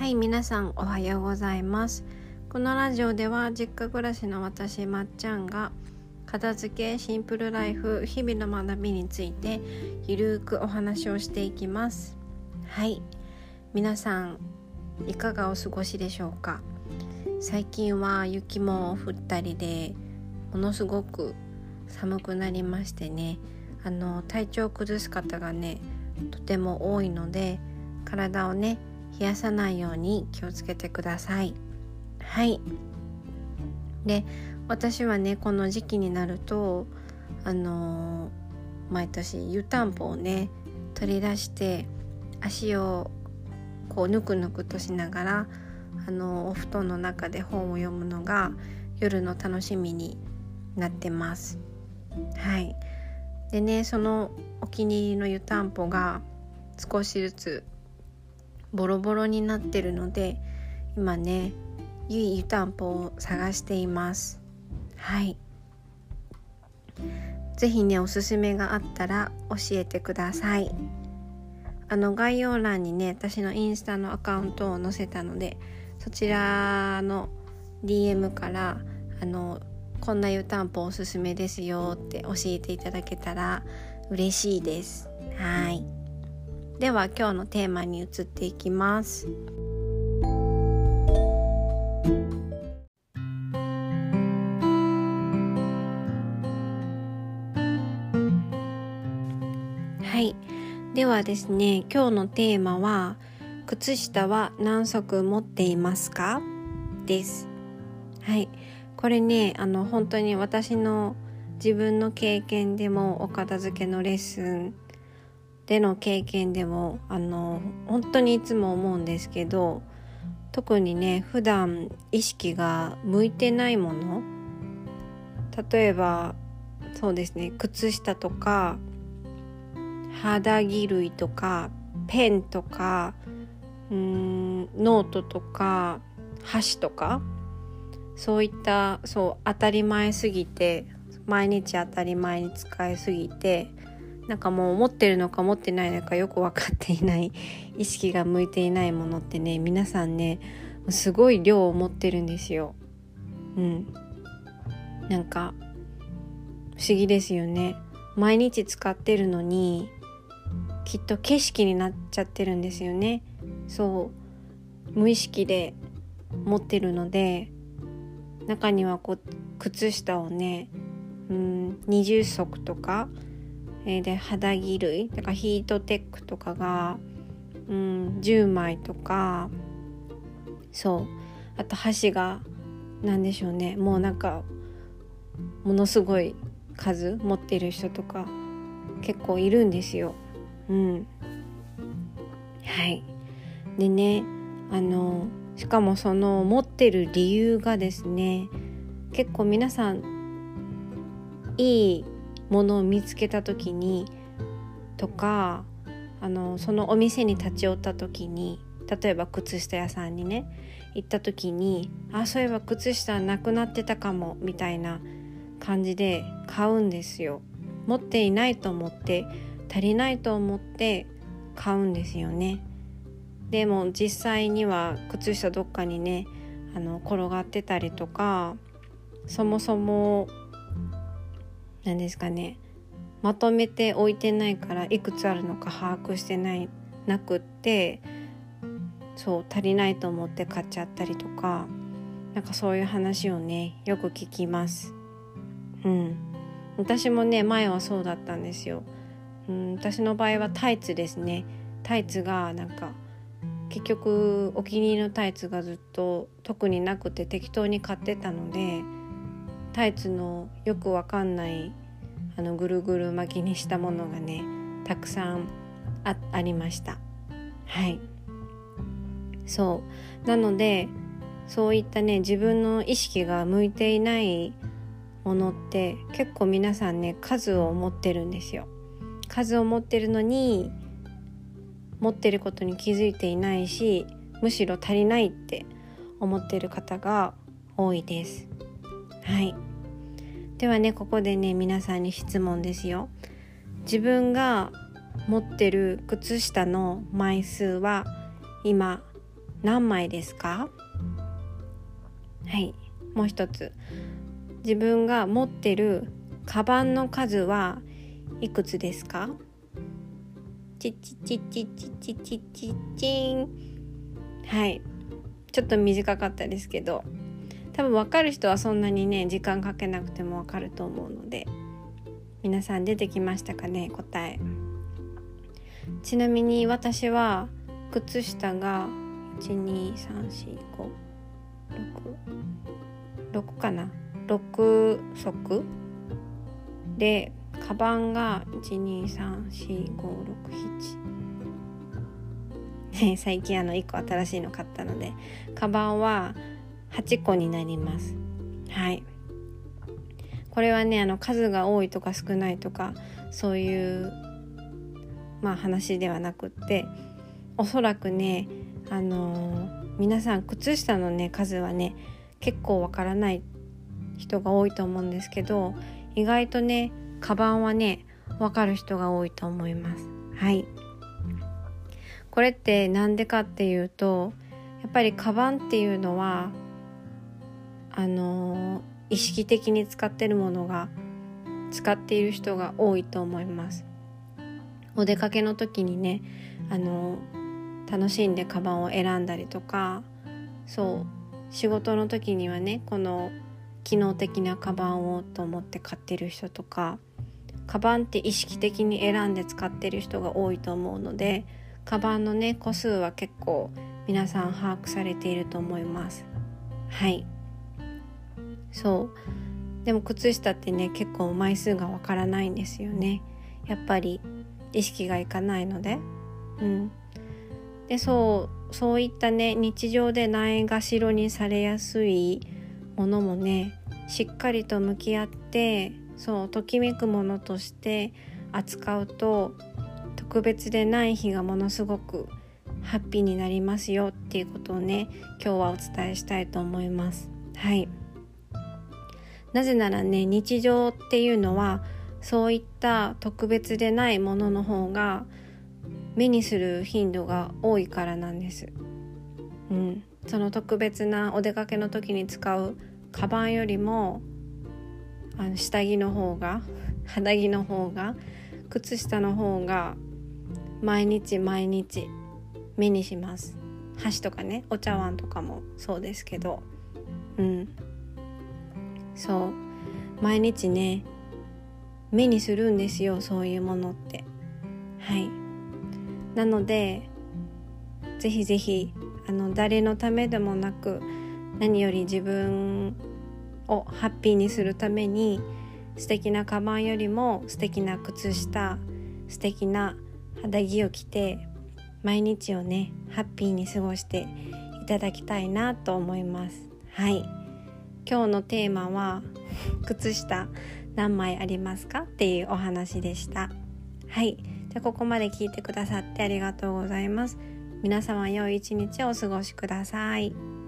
い、皆さんおはようございます。このラジオでは実家暮らしの私まっちゃんが片付け、シンプルライフ、日々の学びについてゆるくお話をしていきます。はい、皆さんいかがお過ごしでしょうか。最近は雪も降ったりでものすごく寒くなりましてね、体調を崩す方がねとても多いので、体をね冷やさないように気をつけてください。はい。で、私はねこの時期になると毎年湯たんぽをね取り出して足をこうぬくぬくとしながらお布団の中で本を読むのが夜の楽しみになってます。はい。でね、そのお気に入りの湯たんぽが少しずつボロボロになってるので、今ねいい湯たんぽを探しています。はい。ぜひねおすすめがあったら教えてください。概要欄にね私のインスタのアカウントを載せたので、そちらの DM からこんな湯たんぽおすすめですよって教えていただけたら嬉しいです。はい。では今日のテーマに移っていきます。はい。ではですね、今日のテーマは靴下は何足持っていますかです。はい。これね本当に私の自分の経験でもお片付けのレッスンでの経験でも本当にいつも思うんですけど、特にね普段意識が向いてないもの、例えばそうですね、靴下とか肌着類とかペンとかノートとか箸とか、そういった当たり前すぎて、毎日当たり前に使いすぎて、なんかもう持ってるのか持ってないのかよく分かっていない、意識が向いていないものってね、皆さんねすごい量を持ってるんですよ。なんか不思議ですよね。毎日使ってるのにきっと景色になっちゃってるんですよね。無意識で持ってるので、中には靴下をね20足とかで、肌着類だからヒートテックとかが10枚とか、あと箸がなんでしょうね、もうなんかものすごい数持ってる人とか結構いるんですよ。はい。でねしかもその持ってる理由がですね、結構皆さんいいものを見つけた時にとかそのお店に立ち寄った時に、例えば靴下屋さんにね行った時に、そういえば靴下なくなってたかもみたいな感じで買うんですよ。持っていないと思って、足りないと思って買うんですよね。でも実際には靴下どっかにね転がってたりとか、そもそも何ですかね、まとめて置いてないからいくつあるのか把握してなくって、足りないと思って買っちゃったりとか、なんかそういう話をねよく聞きます。私もね前はそうだったんですよ。私の場合はタイツですね。タイツがなんか結局お気に入りのタイツがずっと特になくて適当に買ってたので、タイツのよくわかんないぐるぐる巻きにしたものがねたくさん ありました。はい。なのでそういったね自分の意識が向いていないものって結構皆さんね数を持ってるんですよ。数を持ってるのに持ってることに気づいていないし、むしろ足りないって思ってる方が多いです。はい。ではねここでね皆さんに質問ですよ。自分が持ってる靴下の枚数は今何枚ですか？はい、もう一つ、自分が持ってるカバンの数はいくつですか？チッチッチッチッチッチッチッチッチン。はい、ちょっと短かったですけど、多分分かる人はそんなにね時間かけなくても分かると思うので、皆さん出てきましたかね、答え。ちなみに私は靴下が1234566かな、6足で、カバンが1234567最近1個新しいの買ったので、カバンは8個になります。はい、これはね数が多いとか少ないとかそういう話ではなくって、おそらくね皆さん靴下のね数はね結構わからない人が多いと思うんですけど、意外とねカバンはねわかる人が多いと思います。はい、これってなんでかっていうと、やっぱりカバンっていうのは意識的に使っている人が多いと思います。お出かけの時にね楽しんでカバンを選んだりとか、仕事の時にはねこの機能的なカバンをと思って買ってる人とか、カバンって意識的に選んで使ってる人が多いと思うので、カバンのね個数は結構皆さん把握されていると思います。はい、でも靴下ってね結構枚数がわからないんですよね。やっぱり意識がいかないので、でそういったね日常でないがしろにされやすいものもねしっかりと向き合って、ときめくものとして扱うと、特別でない日がものすごくハッピーになりますよっていうことをね今日はお伝えしたいと思います。はい、なぜならね日常っていうのはそういった特別でないものの方が目にする頻度が多いからなんです。その特別なお出かけの時に使うカバンよりも下着の方が肌着の方が靴下の方が毎日目にします。箸とかねお茶碗とかもそうですけど、毎日ね目にするんですよ、そういうものって。はい、なのでぜひぜひ誰のためでもなく、何より自分をハッピーにするために、素敵なカバンよりも素敵な靴下、素敵な肌着を着て毎日をねハッピーに過ごしていただきたいなと思います。はい、今日のテーマは靴下何枚ありますかっていうお話でした。はい、じゃあここまで聞いてくださってありがとうございます。皆様良い一日をお過ごしください。